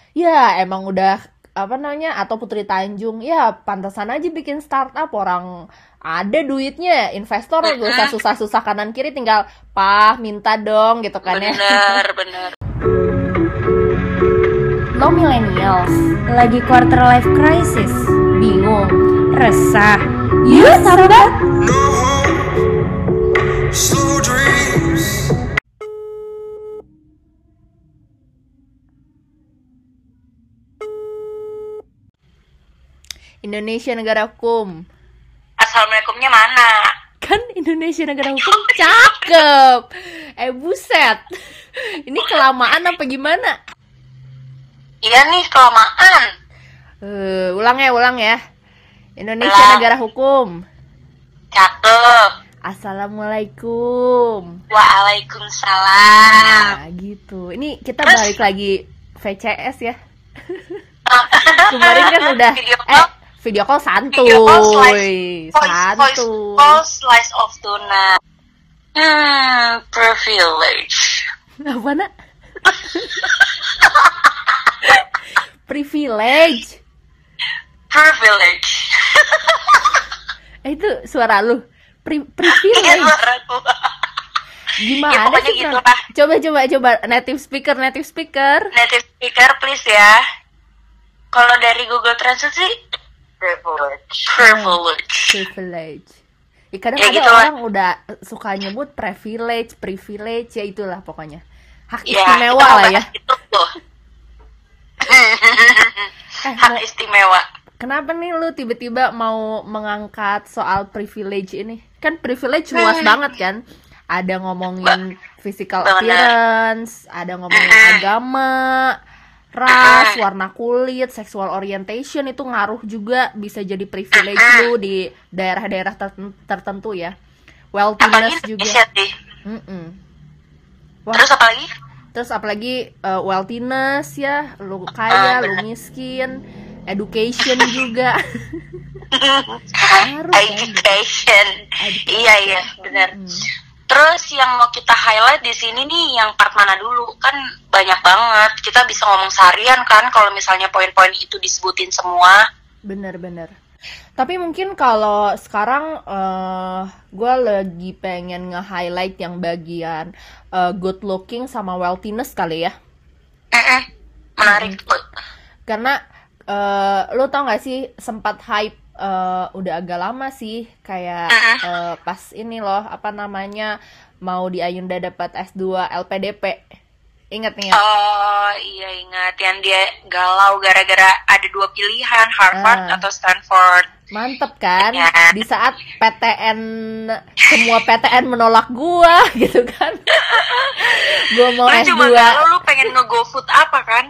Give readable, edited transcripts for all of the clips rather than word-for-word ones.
Ya emang udah apa namanya, atau Putri Tanjung ya pantesan aja bikin startup, orang ada duitnya, investor gak usah Mm-mm. susah-susah kanan kiri, tinggal minta dong gitu kan ya. Bener, bener. Lo millennials Lagi quarter life crisis, bingung, resah. yuk sahabat. No hope, slow dreams. Indonesia negara hukum. Assalamualaikumnya mana? Kan Indonesia negara hukum cakep. Buset. Ini kelamaan apa gimana? Iya nih, kelamaan. Ulang ya. Indonesia Ulang. negara hukum. Cakep. Assalamualaikum. Waalaikumsalam. Nah, gitu. Ini kita Terus? balik lagi VCS ya. Kemarin kan udah Video call. video call santuy. Video call voice Santuy. call slice of tuna. Privilege. Apa nak? Privilege. Privilege. Itu suara lu. Iya, Privilege. suara gua. Gimana Ya, pokoknya sih? gitu lah. Coba native speaker. Native speaker please ya. Kalau dari Google Translate sih privilege. Privilege. Ya, kadang Ya, ada gitu lah. orang udah suka nyebut privilege, ya itulah pokoknya. Hak Ya, istimewa kita mau lah ya. bahas itu tuh. Eh, Hak mau- istimewa. Kenapa nih lu tiba-tiba mau mengangkat soal privilege ini? Kan privilege luas banget kan? Ada ngomongin physical Bener. appearance, ada ngomongin agama, ras, warna kulit, sexual orientation, itu ngaruh juga, bisa jadi privilege lu di daerah-daerah tertentu ya. Wealthiness Apalagi juga. Indonesia sih. Mm-mm. Wah, Terus apalagi? apalagi wealthiness ya, lu kaya, lu bener. miskin, education juga. Ngaruh kan? Education. Iya, benar. Terus yang mau kita highlight di sini nih yang part mana dulu? Kan banyak banget. Kita bisa ngomong seharian kan kalau misalnya poin-poin itu disebutin semua. Bener. Tapi mungkin kalau sekarang gue lagi pengen nge-highlight yang bagian good looking sama wealthiness kali ya. Menarik. Karena lo tau gak sih, sempat hype udah agak lama sih, kayak pas ini loh, apa namanya, mau di Ayunda dapat S2 LPDP. Ingat. Oh iya, ingat yang dia galau gara-gara ada dua pilihan, Harvard atau Stanford. Mantep kan? Ya. Di saat semua PTN menolak gua gitu kan. Gua mau Lu S2. cuma galau, lu pengen nge-GoFood apa kan?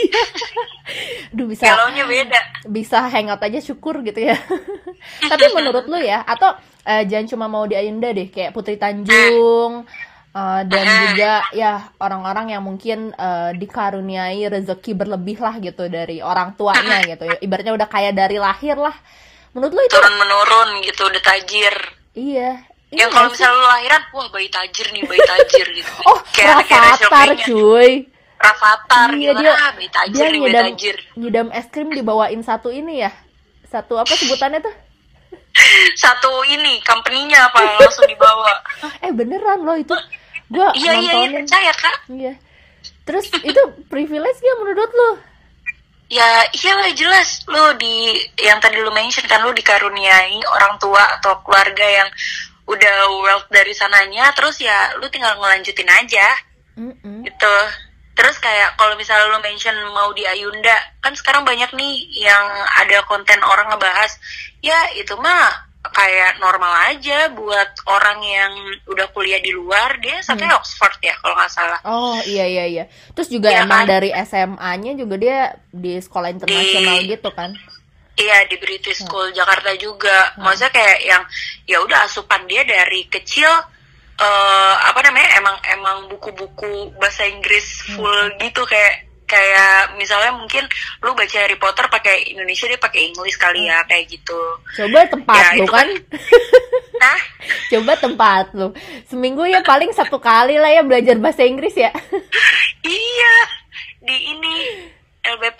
Aduh, bisa Galaunya beda. hangout aja syukur gitu ya. Tapi menurut lu ya, atau jangan cuma mau di Ayunda deh, kayak Putri Tanjung, dan juga ya orang-orang yang mungkin dikaruniai rezeki berlebih lah gitu dari orang tuanya gitu ya. Ibaratnya udah kaya dari lahir lah. Menurut lu itu? Turun-menurun gitu, udah tajir. Iya. Yang kalau misalnya lu lahiran, wah bayi tajir gitu. Oh, kayak Rachel Rafathar Fenya. cuy. Rafathar Iya, gitu. dia Bayi tajir nih, bayi tajir. ngidam es krim dibawain satu ini ya. Satu apa sebutannya tuh? Satu ini, company-nya apa langsung dibawa. Beneran loh itu. Gua Iya, nontonin. percaya Kak. Iya. Terus itu privilege gak menurut lu? Ya iyalah jelas, lu yang tadi lu mention kan, lu dikaruniai orang tua atau keluarga yang udah wealth dari sananya, terus ya lu tinggal ngelanjutin aja. Gitu. Terus kayak kalau misalnya lu mention mau di Ayunda, kan sekarang banyak nih yang ada konten orang ngebahas, ya itu mah kayak normal aja buat orang yang udah kuliah di luar. Dia satunya Oxford ya kalau nggak salah. Oh iya. Terus juga Iya emang kan? dari SMA-nya juga dia di sekolah internasional gitu kan? Iya, di British School Jakarta juga. Maksudnya kayak yang ya udah asupan dia dari kecil, apa namanya, emang buku-buku bahasa Inggris full gitu, kayak misalnya mungkin lu baca Harry Potter pakai Indonesia, dia pakai English kali ya, kayak gitu. Coba tempat Ya, lu itu kan? Nah, Coba tempat lu. Seminggu ya paling 1 kali lah ya belajar bahasa Inggris ya. iya, di ini LBP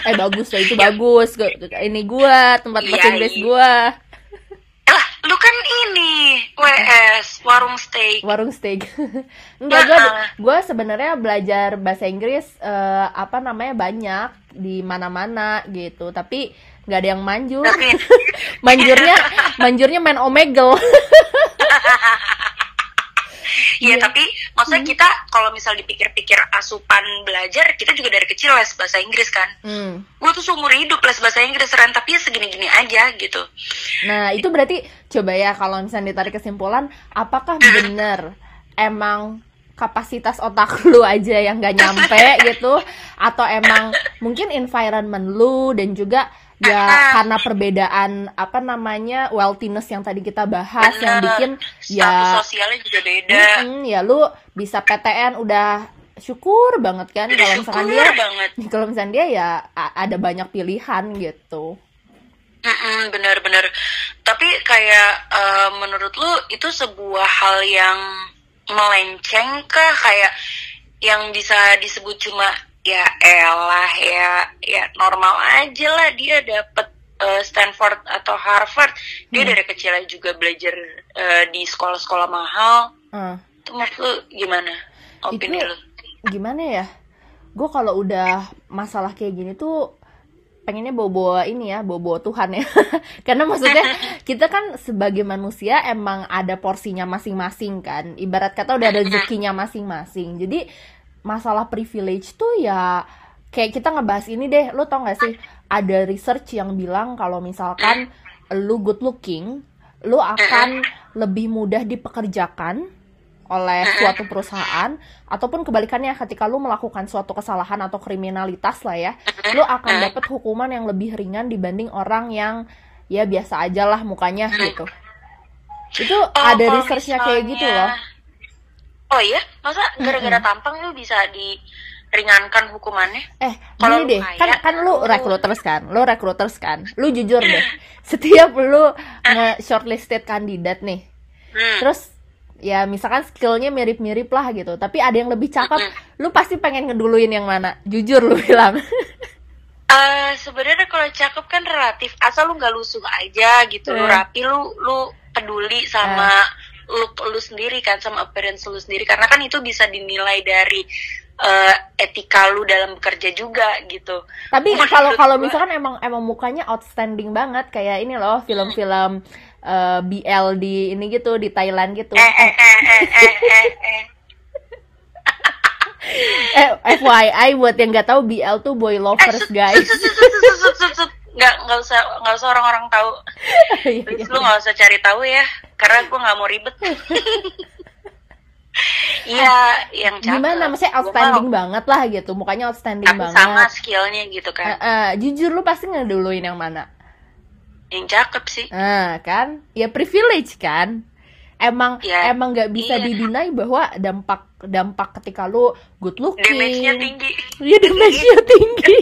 bagus lah itu bagus. Ini gua tempat bahasa Iya, Inggris iya. gua. Lah, lu kan ini WS warung steak. Warung steak. Enggak, gue sebenarnya belajar bahasa Inggris banyak di mana-mana gitu, tapi nggak ada yang manjur. Tapi manjurnya main Omegle. Iya, tapi maksudnya kita kalau misal dipikir-pikir asupan belajar, kita juga dari kecil les bahasa Inggris kan. Gue tuh seumur hidup les bahasa Inggris, Ren, tapi ya segini-gini aja gitu. Nah, itu berarti coba ya kalau misalnya ditarik kesimpulan, apakah benar emang kapasitas otak lu aja yang gak nyampe gitu, atau emang mungkin environment lu dan juga ya karena perbedaan wealthiness yang tadi kita bahas yang bikin ya status sosialnya juga beda. Ya lu bisa PTN udah syukur banget kan kalau misalkan dia ya ada banyak pilihan gitu. Bener-bener. Tapi kayak menurut lu itu sebuah hal yang melenceng kah, kayak yang bisa disebut cuma ya elah ya normal aja lah dia dapet Stanford atau Harvard, dia dari kecilnya juga belajar di sekolah-sekolah mahal. Itu menurut lu gimana opini lu? Gimana ya, gue kalau udah masalah kayak gini tuh pengennya bawa Tuhan ya. Karena maksudnya kita kan sebagai manusia emang ada porsinya masing-masing kan, ibarat kata udah ada rezekinya masing-masing. Jadi masalah privilege tuh ya kayak kita ngebahas ini deh, lu tau gak sih ada research yang bilang kalau misalkan lu good looking, lu akan lebih mudah dipekerjakan oleh suatu perusahaan, ataupun kebalikannya ketika lu melakukan suatu kesalahan atau kriminalitas lah ya, lu akan dapat hukuman yang lebih ringan dibanding orang yang ya biasa aja lah mukanya gitu. Itu ada researchnya kayak gitu loh. Oh iya? Masa gara-gara tampang lu bisa diringankan hukumannya? Gini deh, kan lu rekruters kan? Lu jujur deh, setiap lu nge-shortlisted kandidat nih, terus ya misalkan skillnya mirip-mirip lah gitu, tapi ada yang lebih cakep, lu pasti pengen ngeduluin yang mana? Jujur lu bilang. Sebenarnya kalau cakep kan relatif, asal lu nggak lusuh aja gitu, lu rapi, lu peduli sama look lu sendiri kan, sama appearance lu sendiri, karena kan itu bisa dinilai dari etika lu dalam bekerja juga gitu. Tapi kalau misalkan emang mukanya outstanding banget kayak ini loh, film-film BL di ini gitu, di Thailand gitu. FYI buat yang nggak tahu, BL tuh boy lovers guys. Nggak usah orang-orang tahu. Please, lu nggak usah cari tahu ya, karena gue nggak mau ribet. Iya, yang cakep. Gimana, maksudnya outstanding banget lah gitu, mukanya outstanding banget. Sama skillnya gitu kan. Jujur lu pasti ngeduluin yang mana? Yang cakep sih. Kan, ya privilege kan. Emang nggak bisa didinai bahwa dampak ketika lu good looking, damage-nya tinggi. Iya, damage-nya tinggi.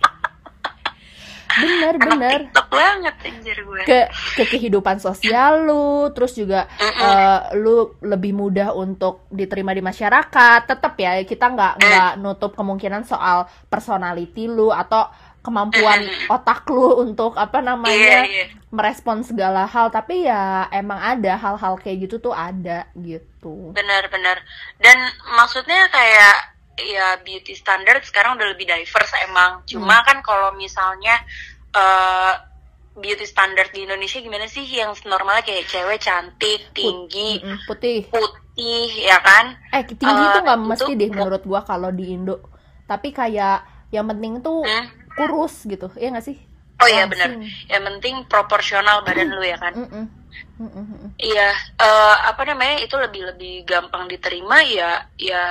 Bener banget anjir gue. Ke kehidupan sosial lu, terus juga lu lebih mudah untuk diterima di masyarakat. Tetap ya, kita nggak nutup kemungkinan soal personality lu atau kemampuan otak lu untuk merespon segala hal. Tapi ya emang ada hal-hal kayak gitu tuh ada gitu. Benar. Dan maksudnya kayak ya beauty standard sekarang udah lebih diverse emang. Cuma kan kalau misalnya beauty standard di Indonesia gimana sih, yang normalnya kayak cewek cantik, tinggi, putih ya kan? Tinggi itu nggak mesti deh menurut gua kalau di Indo. Tapi kayak yang penting tuh kurus gitu, ya nggak sih? Oh iya benar. Yang penting proporsional badan lu ya kan? Iya, itu lebih gampang diterima ya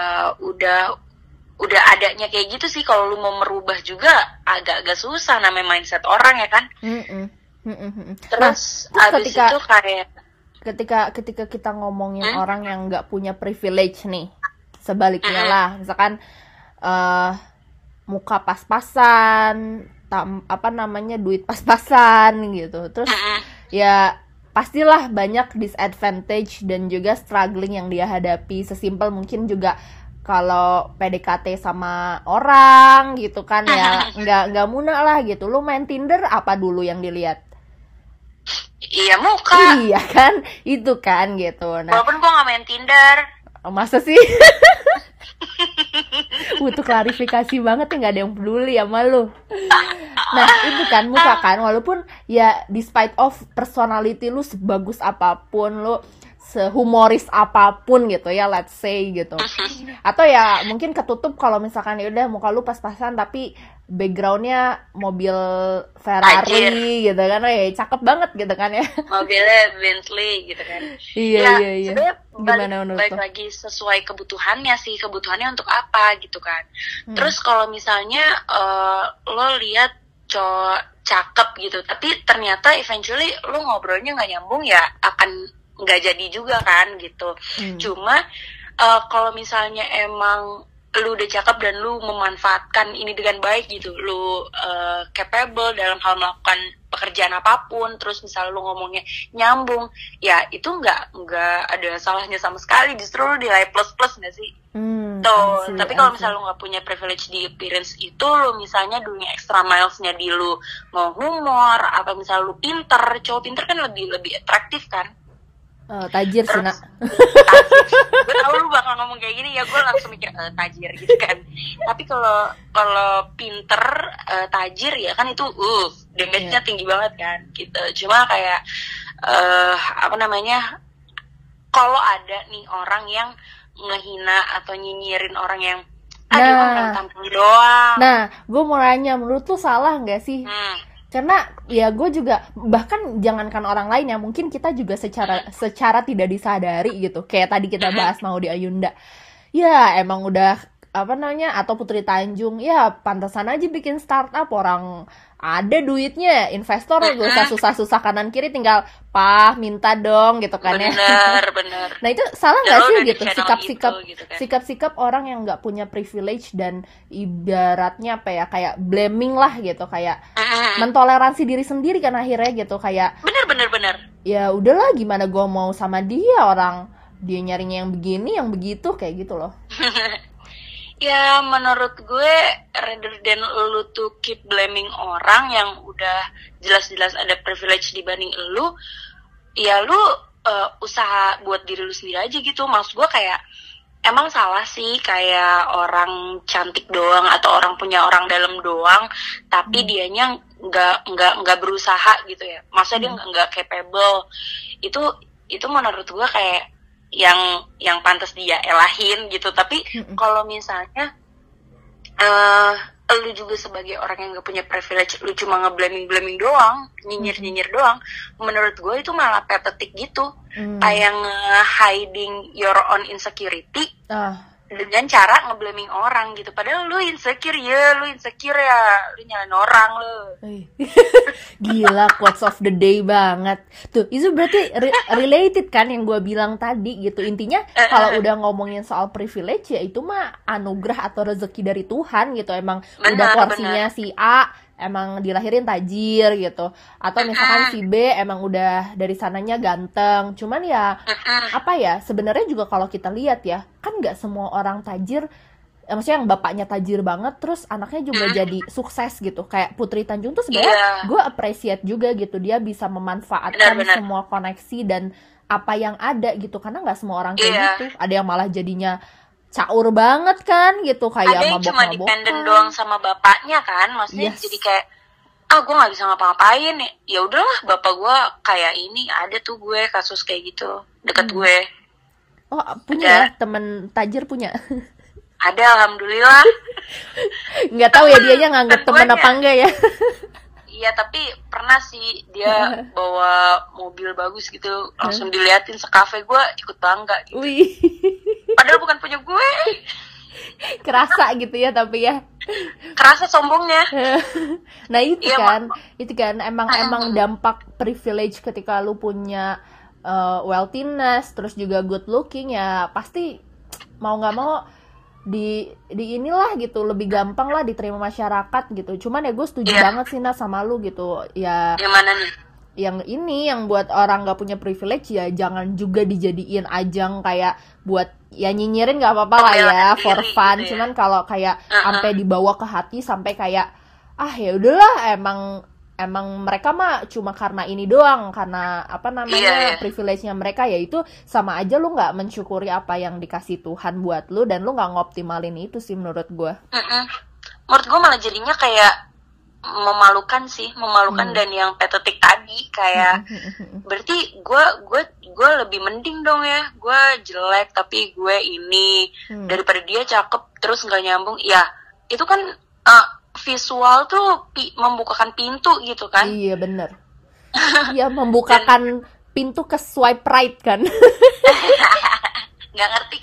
udah adanya kayak gitu sih. Kalau lu mau merubah juga agak-agak susah, namanya mindset orang ya kan. Terus abis itu kayak ketika kita ngomongin orang yang nggak punya privilege nih, sebaliknya lah, misalkan muka pas-pasan, duit pas-pasan gitu, terus ya pastilah banyak disadvantage dan juga struggling yang dia hadapi. Sesimpel mungkin juga kalau PDKT sama orang gitu kan ya nggak muna lah gitu. Lu main Tinder apa dulu yang dilihat? Iya, muka. Iya kan, itu kan gitu. Nah, Walaupun gue gak main Tinder. masa sih? Butuh klarifikasi banget ya, nggak ada yang peduli sama lu. Nah itu kan muka kan, walaupun ya despite of personality lu sebagus apapun, lu sehumoris apapun gitu ya, let's say gitu. Atau ya mungkin ketutup kalau misalkan ya udah muka lu pas-pasan tapi backgroundnya mobil Ferrari gitu kan, ya cakep banget gitu kan ya. Mobilnya Bentley gitu kan. Iya. Sebenarnya Gimana menurut balik lo? lagi sesuai kebutuhannya sih, kebutuhannya untuk apa gitu kan. Terus kalau misalnya lo lihat cowok cakep gitu, tapi ternyata eventually lo ngobrolnya nggak nyambung, ya akan nggak jadi juga kan gitu. Cuma kalau misalnya emang lu udah cakep dan lu memanfaatkan ini dengan baik gitu, lu capable dalam hal melakukan pekerjaan apapun, terus misal lu ngomongnya nyambung, ya itu nggak ada salahnya sama sekali, justru lu nilai plus nggak sih? Tuh, tapi kalau misalnya lu nggak punya privilege di appearance itu, lu misalnya doing extra milesnya di lu mau humor, apa misalnya lu pinter, cowok pinter kan lebih atraktif kan? Tajir sih nak. Gue tau lu bakal ngomong kayak gini, ya gue langsung mikir tajir gitu kan. Tapi kalau pinter tajir ya kan itu damage-nya tinggi banget kan gitu. Cuma kayak apa namanya, kalau ada nih orang yang ngehina atau nyinyirin orang yang dia kan tampil doang. Nah, gue mau nanya, menurut lu salah nggak sih? Karena ya gue juga, bahkan jangankan orang lain ya, mungkin kita juga secara tidak disadari gitu. Kayak tadi kita bahas mau di Ayunda. Ya emang udah apa namanya, atau Putri Tanjung, ya pantasan aja bikin startup, orang ada duitnya, investor gak usah susah-susah kanan kiri, tinggal minta dong gitu kan ya. Bener. Nah itu salah nggak sih gitu, gitu kan. sikap-sikap orang yang nggak punya privilege dan ibaratnya apa ya, kayak blaming lah gitu, kayak mentoleransi diri sendiri kan akhirnya gitu, kayak bener. ya udahlah gimana gue mau sama dia, orang dia nyarinya yang begini yang begitu kayak gitu loh. Ya menurut gue, rather than lu tuh keep blaming orang yang udah jelas-jelas ada privilege dibanding lu, ya lu usaha buat diri lu sendiri aja gitu. Maksud gue kayak, emang salah sih kayak orang cantik doang atau orang punya orang dalam doang, tapi dianya nggak berusaha gitu ya. Maksudnya dia nggak capable. Itu menurut gue kayak yang pantas dia elahin gitu. Tapi kalau misalnya lu juga sebagai orang yang gak punya privilege, lu cuma nge-blaming doang, nyinyir doang, menurut gue itu malah pathetic gitu. Kayak nge-hiding your own insecurity dengan cara nge-blaming orang gitu. Padahal lu insecure ya, lu nyalain orang lu. Gila, quotes of the day banget. Tuh, itu berarti related kan yang gue bilang tadi gitu. Intinya kalau udah ngomongin soal privilege, ya itu mah anugerah atau rezeki dari Tuhan gitu. Emang udah porsinya si A emang dilahirin tajir gitu, atau misalkan si B emang udah dari sananya ganteng. Cuman ya apa ya, sebenarnya juga kalau kita lihat ya, kan nggak semua orang tajir, maksudnya yang bapaknya tajir banget terus anaknya juga jadi sukses gitu. Kayak Putri Tanjung tuh sebenarnya gue appreciate juga gitu, dia bisa memanfaatkan semua koneksi dan apa yang ada gitu, karena nggak semua orang kayak gitu. Ada yang malah jadinya caur banget kan gitu, kayak ada yang cuma dependen doang sama bapaknya kan, maksudnya jadi kayak gue nggak bisa ngapa-ngapain, ya udahlah bapak gue kayak ini. Ada tuh gue kasus kayak gitu deket gue. Oh punya ya, temen tajir punya? Ada, alhamdulillah. Nggak tahu ya dianya nganggep temen apa enggak ya. Iya, tapi pernah sih dia bawa mobil bagus gitu, langsung diliatin sekafe, gue ikut bangga gitu. Padahal bukan punya gue. Kerasa gitu ya, tapi ya kerasa sombongnya. Nah itu kan emang dampak privilege ketika lu punya wealthiness, terus juga good looking, ya pasti mau nggak mau di inilah gitu, lebih gampang lah diterima masyarakat gitu. Cuman ya gue setuju banget sih sama lu gitu ya. Yang mana nih? yang buat orang nggak punya privilege ya jangan juga dijadiin ajang kayak buat ya nyinyirin nggak apa-apa lah ya Pembelaan for diri fun, gitu ya. cuman kalau kayak sampai dibawa ke hati sampai kayak ya udahlah emang mereka mah cuma karena ini doang, karena apa namanya Iya. privilege-nya mereka, ya itu sama aja lu nggak mensyukuri apa yang dikasih Tuhan buat lu dan lu nggak ngoptimalin itu sih menurut gue. Menurut gue malah jadinya kayak memalukan dan yang patetik tadi kayak berarti gue lebih mending dong ya, gue jelek tapi gue ini daripada dia cakep terus nggak nyambung ya. Itu kan visual tuh membukakan pintu gitu kan. Iya bener. Iya membukakan pintu ke swipe right kan. nggak ngerti.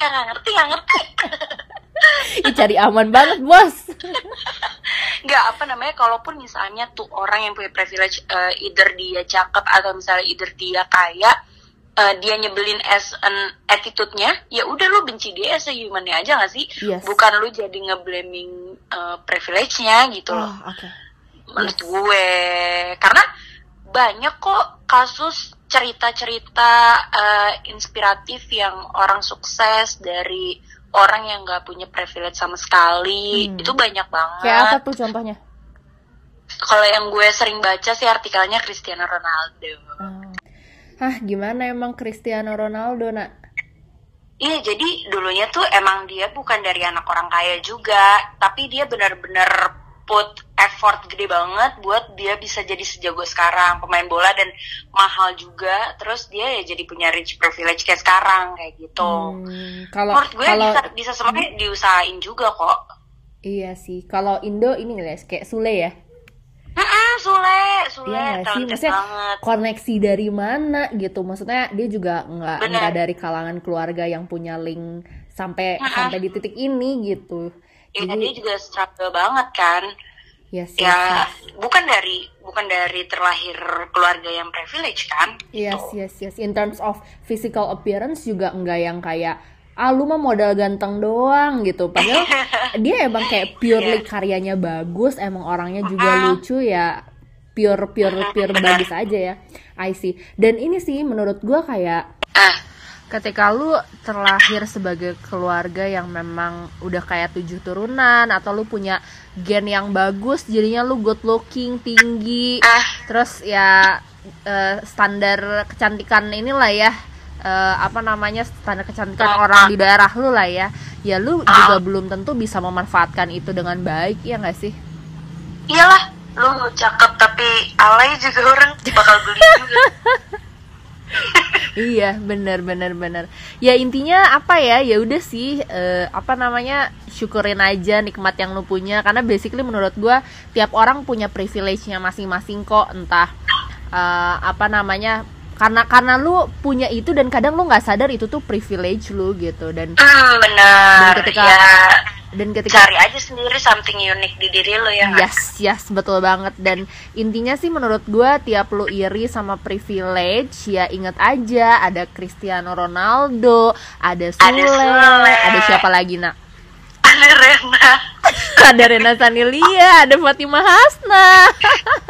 Ih, cari aman banget bos. Nggak apa namanya, kalaupun misalnya tuh orang yang punya privilege, either dia cakep atau misalnya either dia kaya, dia nyebelin as an attitude-nya, ya udah lu benci dia as a human-nya aja nggak sih? Yes. Bukan lu jadi ngeblaming privilege-nya gitu loh. Okay. Menurut gue, karena banyak kok kasus cerita-cerita inspiratif yang orang sukses dari orang yang nggak punya privilege sama sekali. Itu banyak banget. Kayak apa tuh contohnya? Kalau yang gue sering baca sih artikelnya Cristiano Ronaldo. Gimana emang Cristiano Ronaldo, nak? Iya, jadi dulunya tuh emang dia bukan dari anak orang kaya juga, tapi dia benar-benar put effort gede banget buat dia bisa jadi sejago sekarang, pemain bola dan mahal juga. Terus dia ya jadi punya rich privilege kayak sekarang kayak gitu. Menurut gue bisa semuanya diusahain juga kok. Iya sih. Kalau Indo ini nggak kayak Sule ya? Sule Iya sih, maksudnya banget. Koneksi dari mana gitu? Maksudnya dia juga nggak dari kalangan keluarga yang punya link sampai di titik ini gitu. Jadi dia juga struggle banget kan. Yes, ya bukan dari terlahir keluarga yang privilege kan. Yes. In terms of physical appearance juga enggak yang kayak lu mah modal ganteng doang gitu. Padahal dia emang kayak purely karyanya bagus, emang orangnya juga lucu ya. Pure bagus aja ya. I see. Dan ini sih menurut gue kayak ketika lu terlahir sebagai keluarga yang memang udah kayak 7 turunan atau lu punya gen yang bagus, jadinya lu good looking, tinggi, terus ya standar kecantikan inilah ya, standar kecantikan orang di daerah lu lah ya lu juga belum tentu bisa memanfaatkan itu dengan baik, ya nggak sih? Iyalah, lu cakep tapi alay juga orang bakal beli juga. Iya, benar. Ya intinya apa ya udah sih, syukurin aja nikmat yang lu punya, karena basically menurut gua tiap orang punya privilege-nya masing-masing kok, entah karena lu punya itu dan kadang lu nggak sadar itu tuh privilege lu gitu. Dan benar. Dan ketika cari aja sendiri something unik di diri lo ya. Yes, betul banget. Dan intinya sih menurut gue tiap lu iri sama privilege, ya ingat aja ada Cristiano Ronaldo, ada Sule, ada siapa lagi, nak? Ada Rena Ada Rena Sanilia, ada Fatimah Hasna.